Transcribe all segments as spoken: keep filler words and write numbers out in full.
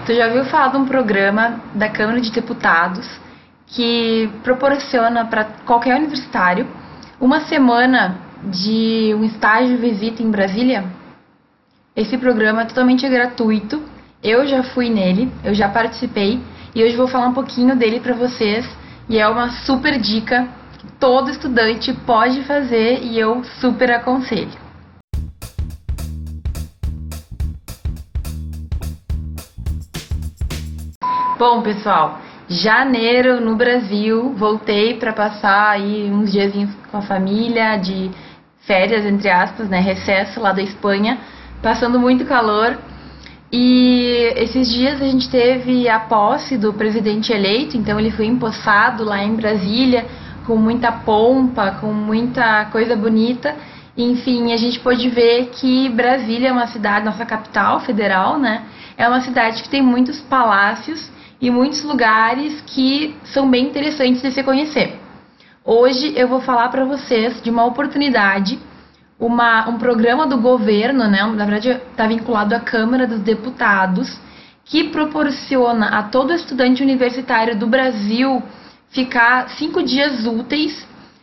Tu já ouviu falar de um programa da Câmara de Deputados que proporciona para qualquer universitário uma semana de um estágio visita em Brasília? Esse programa é totalmente gratuito, eu já fui nele, eu já participei e hoje vou falar um pouquinho dele para vocês e é uma super dica que todo estudante pode fazer e eu super aconselho. Bom, pessoal, janeiro no Brasil, voltei para passar aí uns diazinhos com a família, de férias, entre aspas, né, recesso lá da Espanha, passando muito calor. E esses dias a gente teve a posse do presidente eleito, então ele foi empossado lá em Brasília, com muita pompa, com muita coisa bonita. Enfim, a gente pôde ver que Brasília é uma cidade, nossa capital federal, né, é uma cidade que tem muitos palácios e muitos lugares que são bem interessantes de se conhecer. Hoje eu vou falar para vocês de uma oportunidade, uma, um programa do governo, né, na verdade está vinculado à Câmara dos Deputados, que proporciona a todo estudante universitário do Brasil ficar cinco dias úteis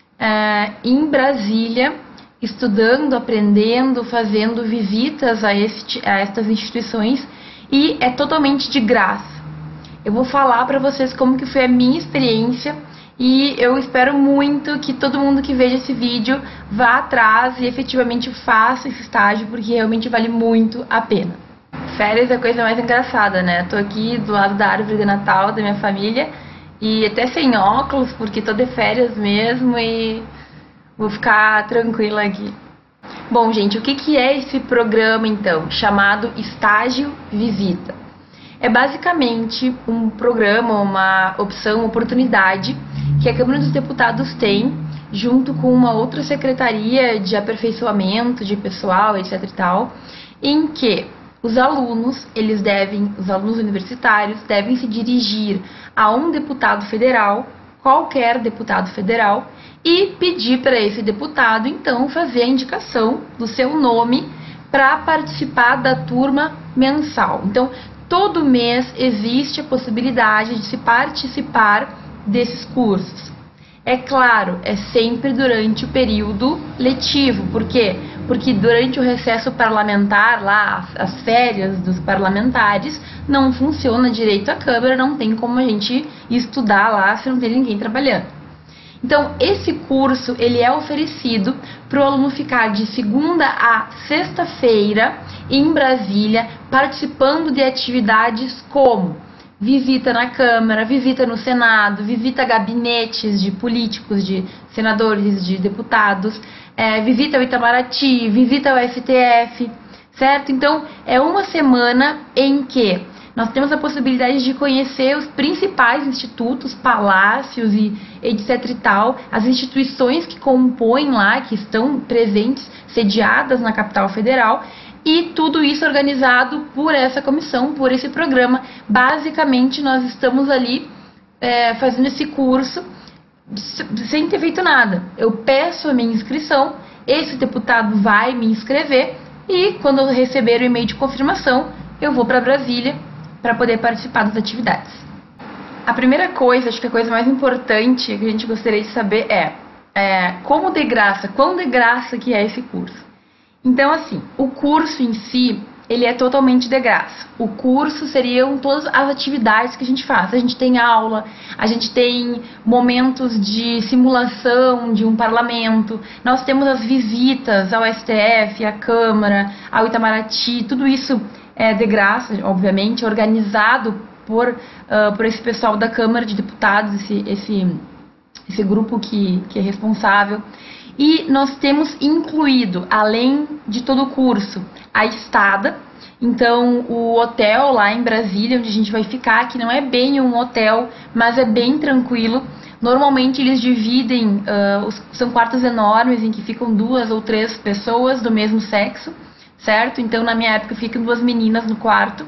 é, em Brasília, estudando, aprendendo, fazendo visitas a, este, a estas instituições, e é totalmente de graça. Eu vou falar para vocês como que foi a minha experiência e eu espero muito que todo mundo que veja esse vídeo vá atrás e efetivamente faça esse estágio, porque realmente vale muito a pena. Férias é a coisa mais engraçada, né? Tô aqui do lado da árvore de Natal da minha família e até sem óculos, porque tô de férias mesmo e vou ficar tranquila aqui. Bom, gente, o que que é esse programa então, chamado Estágio Visita? É basicamente um programa, uma opção, uma oportunidade que a Câmara dos Deputados tem, junto com uma outra secretaria de aperfeiçoamento de pessoal, etc e tal, em que os alunos, eles devem, os alunos universitários devem se dirigir a um deputado federal, qualquer deputado federal, e pedir para esse deputado, então, fazer a indicação do seu nome para participar da turma mensal. Então, todo mês existe a possibilidade de se participar desses cursos. É claro, é sempre durante o período letivo. Por quê? Porque durante o recesso parlamentar, lá, as férias dos parlamentares, não funciona direito a Câmara, não tem como a gente estudar lá se não tem ninguém trabalhando. Então, esse curso ele é oferecido para o aluno ficar de segunda a sexta-feira em Brasília, participando de atividades como visita na Câmara, visita no Senado, visita a gabinetes de políticos, de senadores, de deputados, é, visita ao Itamaraty, visita ao S T F, certo? Então, é uma semana em que nós temos a possibilidade de conhecer os principais institutos, palácios e etc e tal, as instituições que compõem lá, que estão presentes, sediadas na capital federal, e tudo isso organizado por essa comissão, por esse programa. Basicamente, nós estamos ali é, fazendo esse curso sem ter feito nada. Eu peço a minha inscrição, esse deputado vai me inscrever e quando eu receber o e-mail de confirmação, eu vou para Brasília para poder participar das atividades. A primeira coisa, acho que a coisa mais importante que a gente gostaria de saber é, é como de graça, quão de graça que é esse curso. Então, assim, o curso em si, ele é totalmente de graça. O curso seriam todas as atividades que a gente faz. A gente tem aula, a gente tem momentos de simulação de um parlamento, nós temos as visitas ao S T F, à Câmara, ao Itamaraty, tudo isso é de graça, obviamente, organizado por, uh, por esse pessoal da Câmara de Deputados, esse, esse, esse grupo que, que é responsável. E nós temos incluído, além de todo o curso, a estada. Então, o hotel lá em Brasília, onde a gente vai ficar, que não é bem um hotel, mas é bem tranquilo. Normalmente eles dividem, uh, os, são quartos enormes em que ficam duas ou três pessoas do mesmo sexo, certo? Então, na minha época, ficam duas meninas no quarto.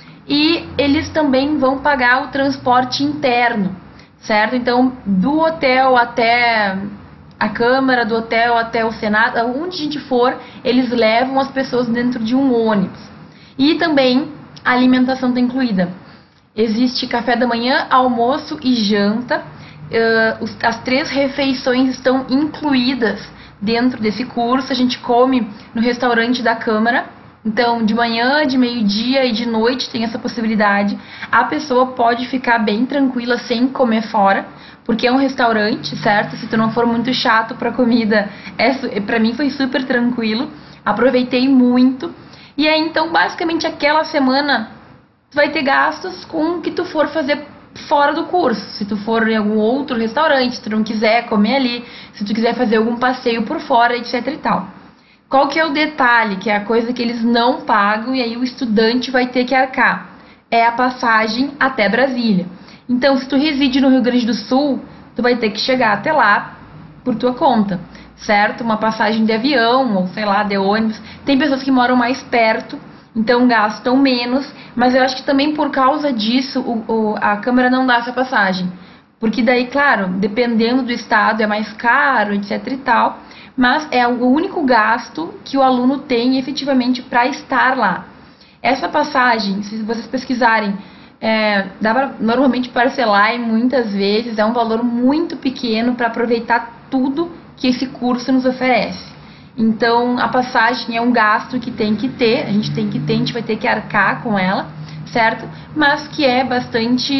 E eles também vão pagar o transporte interno, certo? Então, do hotel até a Câmara, do hotel até o Senado, onde a gente for, eles levam as pessoas dentro de um ônibus. E também a alimentação está incluída. Existe café da manhã, almoço e janta. Uh, os, as três refeições estão incluídas dentro desse curso. A gente come no restaurante da Câmara. Então, de manhã, de meio-dia e de noite tem essa possibilidade. A pessoa pode ficar bem tranquila sem comer fora, porque é um restaurante, certo? Se tu não for muito chato pra comida, é, pra mim foi super tranquilo. Aproveitei muito. E aí, então, basicamente, aquela semana, tu vai ter gastos com o que tu for fazer fora do curso. Se tu for em algum outro restaurante, se tu não quiser comer ali, se tu quiser fazer algum passeio por fora, etc e tal. Qual que é o detalhe, que é a coisa que eles não pagam e aí o estudante vai ter que arcar? É a passagem até Brasília. Então, se tu reside no Rio Grande do Sul, tu vai ter que chegar até lá por tua conta, certo? Uma passagem de avião ou, sei lá, de ônibus. Tem pessoas que moram mais perto, então gastam menos, mas eu acho que também por causa disso o, o, a Câmara não dá essa passagem. Porque daí, claro, dependendo do estado é mais caro, etc e tal, mas é o único gasto que o aluno tem efetivamente para estar lá. Essa passagem, se vocês pesquisarem, é, dá para normalmente parcelar e muitas vezes é um valor muito pequeno para aproveitar tudo que esse curso nos oferece. Então, a passagem é um gasto que tem que ter, a gente tem que ter, a gente vai ter que arcar com ela, certo? Mas que é bastante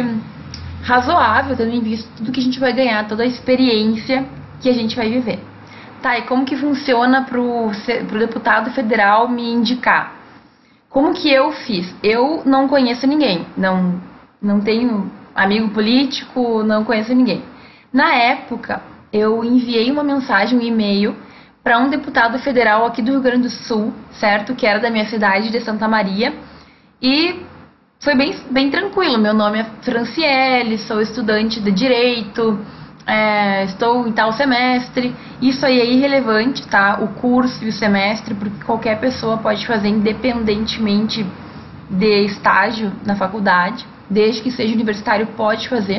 razoável, tendo em vista tudo que a gente vai ganhar, toda a experiência que a gente vai viver. Tá, e como que funciona pro, pro deputado federal me indicar? Como que eu fiz? Eu não conheço ninguém, não, não tenho amigo político, não conheço ninguém. Na época, eu enviei uma mensagem, um e-mail, para um deputado federal aqui do Rio Grande do Sul, certo? Que era da minha cidade, de Santa Maria. E foi bem, bem tranquilo. Meu nome é Franciele, sou estudante de Direito, é, estou em tal semestre. Isso aí é irrelevante, tá? O curso e o semestre, porque qualquer pessoa pode fazer independentemente de estágio na faculdade. Desde que seja universitário, pode fazer.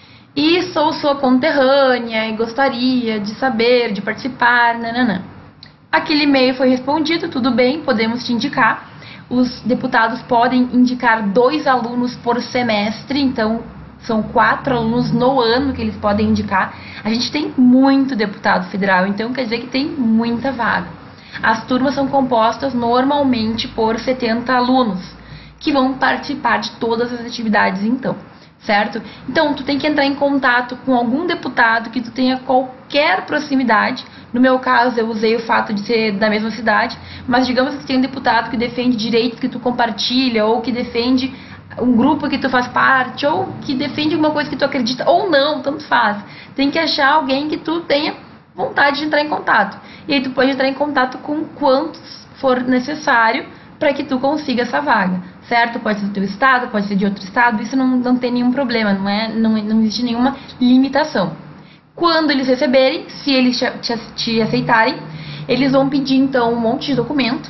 E sou sua conterrânea e gostaria de saber, de participar, nananã. Aquele e-mail foi respondido, tudo bem, podemos te indicar. Os deputados podem indicar dois alunos por semestre, então são quatro alunos no ano que eles podem indicar. A gente tem muito deputado federal, então quer dizer que tem muita vaga. As turmas são compostas normalmente por setenta alunos, que vão participar de todas as atividades então. Certo? Então, tu tem que entrar em contato com algum deputado que tu tenha qualquer proximidade. No meu caso, eu usei o fato de ser da mesma cidade, mas digamos que tem um deputado que defende direitos que tu compartilha, ou que defende um grupo que tu faz parte, ou que defende alguma coisa que tu acredita, ou não, tanto faz. Tem que achar alguém que tu tenha vontade de entrar em contato. E aí tu pode entrar em contato com quantos for necessário para que tu consiga essa vaga, certo? Pode ser do teu estado, pode ser de outro estado, isso não, não tem nenhum problema, não, é, não, não existe nenhuma limitação. Quando eles receberem, se eles te, te, te aceitarem, eles vão pedir então um monte de documento.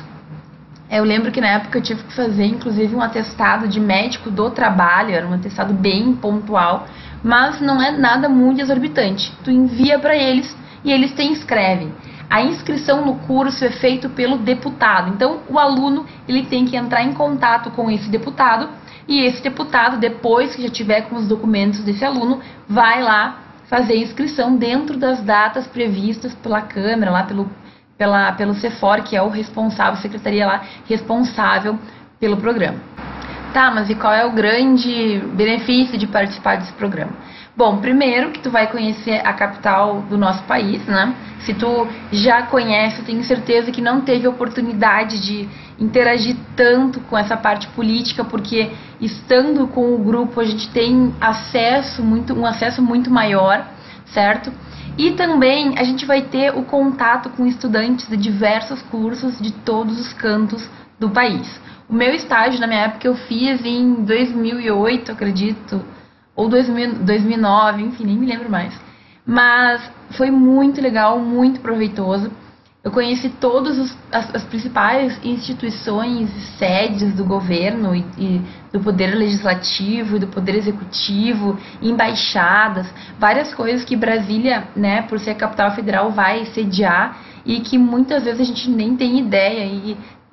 Eu lembro que na época eu tive que fazer inclusive um atestado de médico do trabalho, era um atestado bem pontual, mas não é nada muito exorbitante. Tu envia para eles e eles te inscrevem. A inscrição no curso é feita pelo deputado, então o aluno ele tem que entrar em contato com esse deputado e esse deputado, depois que já tiver com os documentos desse aluno, vai lá fazer a inscrição dentro das datas previstas pela Câmara, lá pelo, pela, pelo CEFOR, que é o responsável, secretaria lá responsável pelo programa. Tá, mas e qual é o grande benefício de participar desse programa? Bom, primeiro que tu vai conhecer a capital do nosso país, né? Se tu já conhece, eu tenho certeza que não teve oportunidade de interagir tanto com essa parte política, porque estando com o grupo a gente tem acesso muito, um acesso muito maior, certo? E também a gente vai ter o contato com estudantes de diversos cursos de todos os cantos do país. O meu estágio, na minha época, eu fiz em dois mil e oito, acredito, ou dois mil, dois mil e nove, enfim, nem me lembro mais. Mas foi muito legal, muito proveitoso. Eu conheci todas as, as principais instituições e sedes do governo e, e do poder legislativo e do poder executivo, embaixadas, várias coisas que Brasília, né, por ser a capital federal, vai sediar e que muitas vezes a gente nem tem ideia e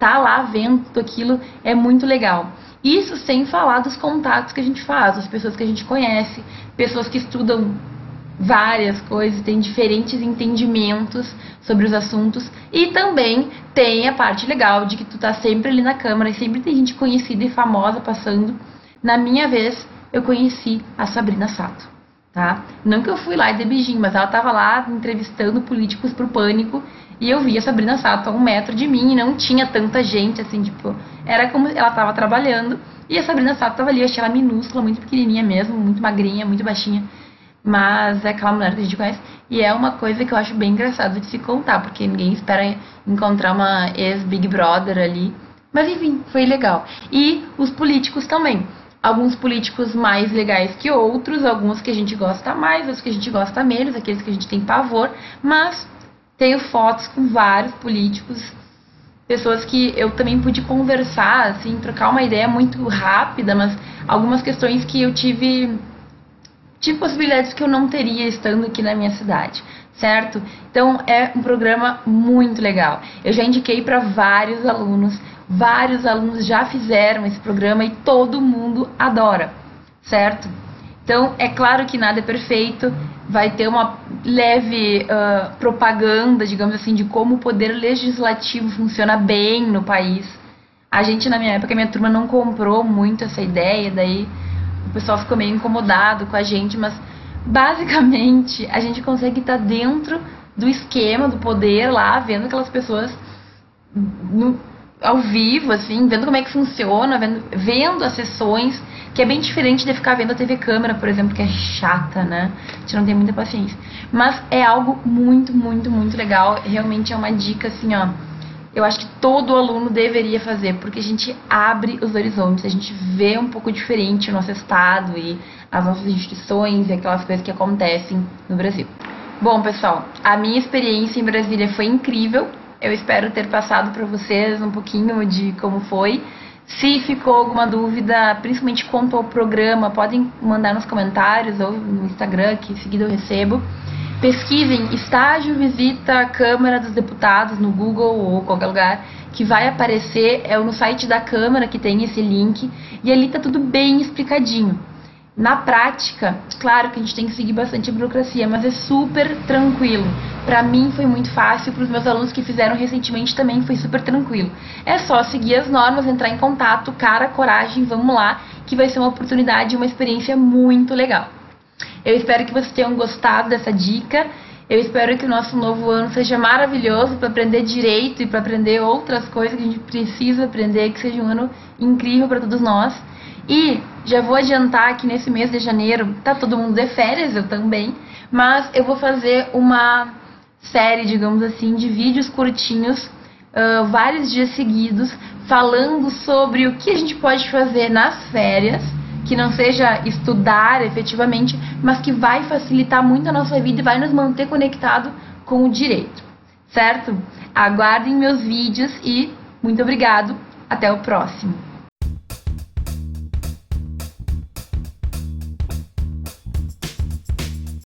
tá lá vendo tudo aquilo é muito legal. Isso sem falar dos contatos que a gente faz, as pessoas que a gente conhece, pessoas que estudam várias coisas, têm diferentes entendimentos sobre os assuntos, e também tem a parte legal de que tu tá sempre ali na câmara e sempre tem gente conhecida e famosa passando. Na minha vez, eu conheci a Sabrina Sato, tá? Não que eu fui lá e dei beijinho, mas ela tava lá entrevistando políticos pro Pânico, e eu vi a Sabrina Sato a um metro de mim, e não tinha tanta gente, assim, tipo, era como ela tava trabalhando, e a Sabrina Sato tava ali, eu achei ela minúscula, muito pequenininha mesmo, muito magrinha, muito baixinha, mas é aquela mulher que a gente conhece, e é uma coisa que eu acho bem engraçado de se contar, porque ninguém espera encontrar uma ex-Big Brother ali, mas enfim, foi legal. E os políticos também, alguns políticos mais legais que outros, alguns que a gente gosta mais, outros que a gente gosta menos, aqueles que a gente tem pavor, mas tenho fotos com vários políticos, pessoas que eu também pude conversar, assim, trocar uma ideia muito rápida, mas algumas questões que eu tive, tive possibilidades que eu não teria estando aqui na minha cidade, certo? Então é um programa muito legal. Eu já indiquei para vários alunos, vários alunos já fizeram esse programa e todo mundo adora, certo? Então é claro que nada é perfeito, vai ter uma leve uh, propaganda, digamos assim, de como o poder legislativo funciona bem no país. A gente, na minha época, minha turma não comprou muito essa ideia, daí o pessoal ficou meio incomodado com a gente, mas basicamente a gente consegue estar dentro do esquema do poder lá, vendo aquelas pessoas no, ao vivo, assim, vendo como é que funciona, vendo, vendo as sessões, que é bem diferente de ficar vendo a T V Câmara, por exemplo, que é chata, né? A gente não tem muita paciência. Mas é algo muito, muito, muito legal. Realmente é uma dica, assim, ó. Eu acho que todo aluno deveria fazer, porque a gente abre os horizontes, a gente vê um pouco diferente o nosso estado e as nossas instituições e aquelas coisas que acontecem no Brasil. Bom, pessoal, a minha experiência em Brasília foi incrível. Eu espero ter passado para vocês um pouquinho de como foi. Se ficou alguma dúvida, principalmente quanto ao programa, podem mandar nos comentários ou no Instagram, que em seguida eu recebo. Pesquisem estágio visita Câmara dos Deputados no Google ou qualquer lugar, que vai aparecer, é no site da Câmara que tem esse link, e ali tá tudo bem explicadinho. Na prática, claro que a gente tem que seguir bastante a burocracia, mas é super tranquilo. Pra mim foi muito fácil, para os meus alunos que fizeram recentemente também foi super tranquilo. É só seguir as normas, entrar em contato, cara, coragem, vamos lá, que vai ser uma oportunidade e uma experiência muito legal. Eu espero que vocês tenham gostado dessa dica. Eu espero que o nosso novo ano seja maravilhoso para aprender direito e para aprender outras coisas que a gente precisa aprender, que seja um ano incrível para todos nós. E já vou adiantar que nesse mês de janeiro tá todo mundo de férias, eu também, mas eu vou fazer uma série, digamos assim, de vídeos curtinhos, uh, vários dias seguidos, falando sobre o que a gente pode fazer nas férias, que não seja estudar efetivamente, mas que vai facilitar muito a nossa vida e vai nos manter conectado com o direito, certo? Aguardem meus vídeos e muito obrigado, até o próximo.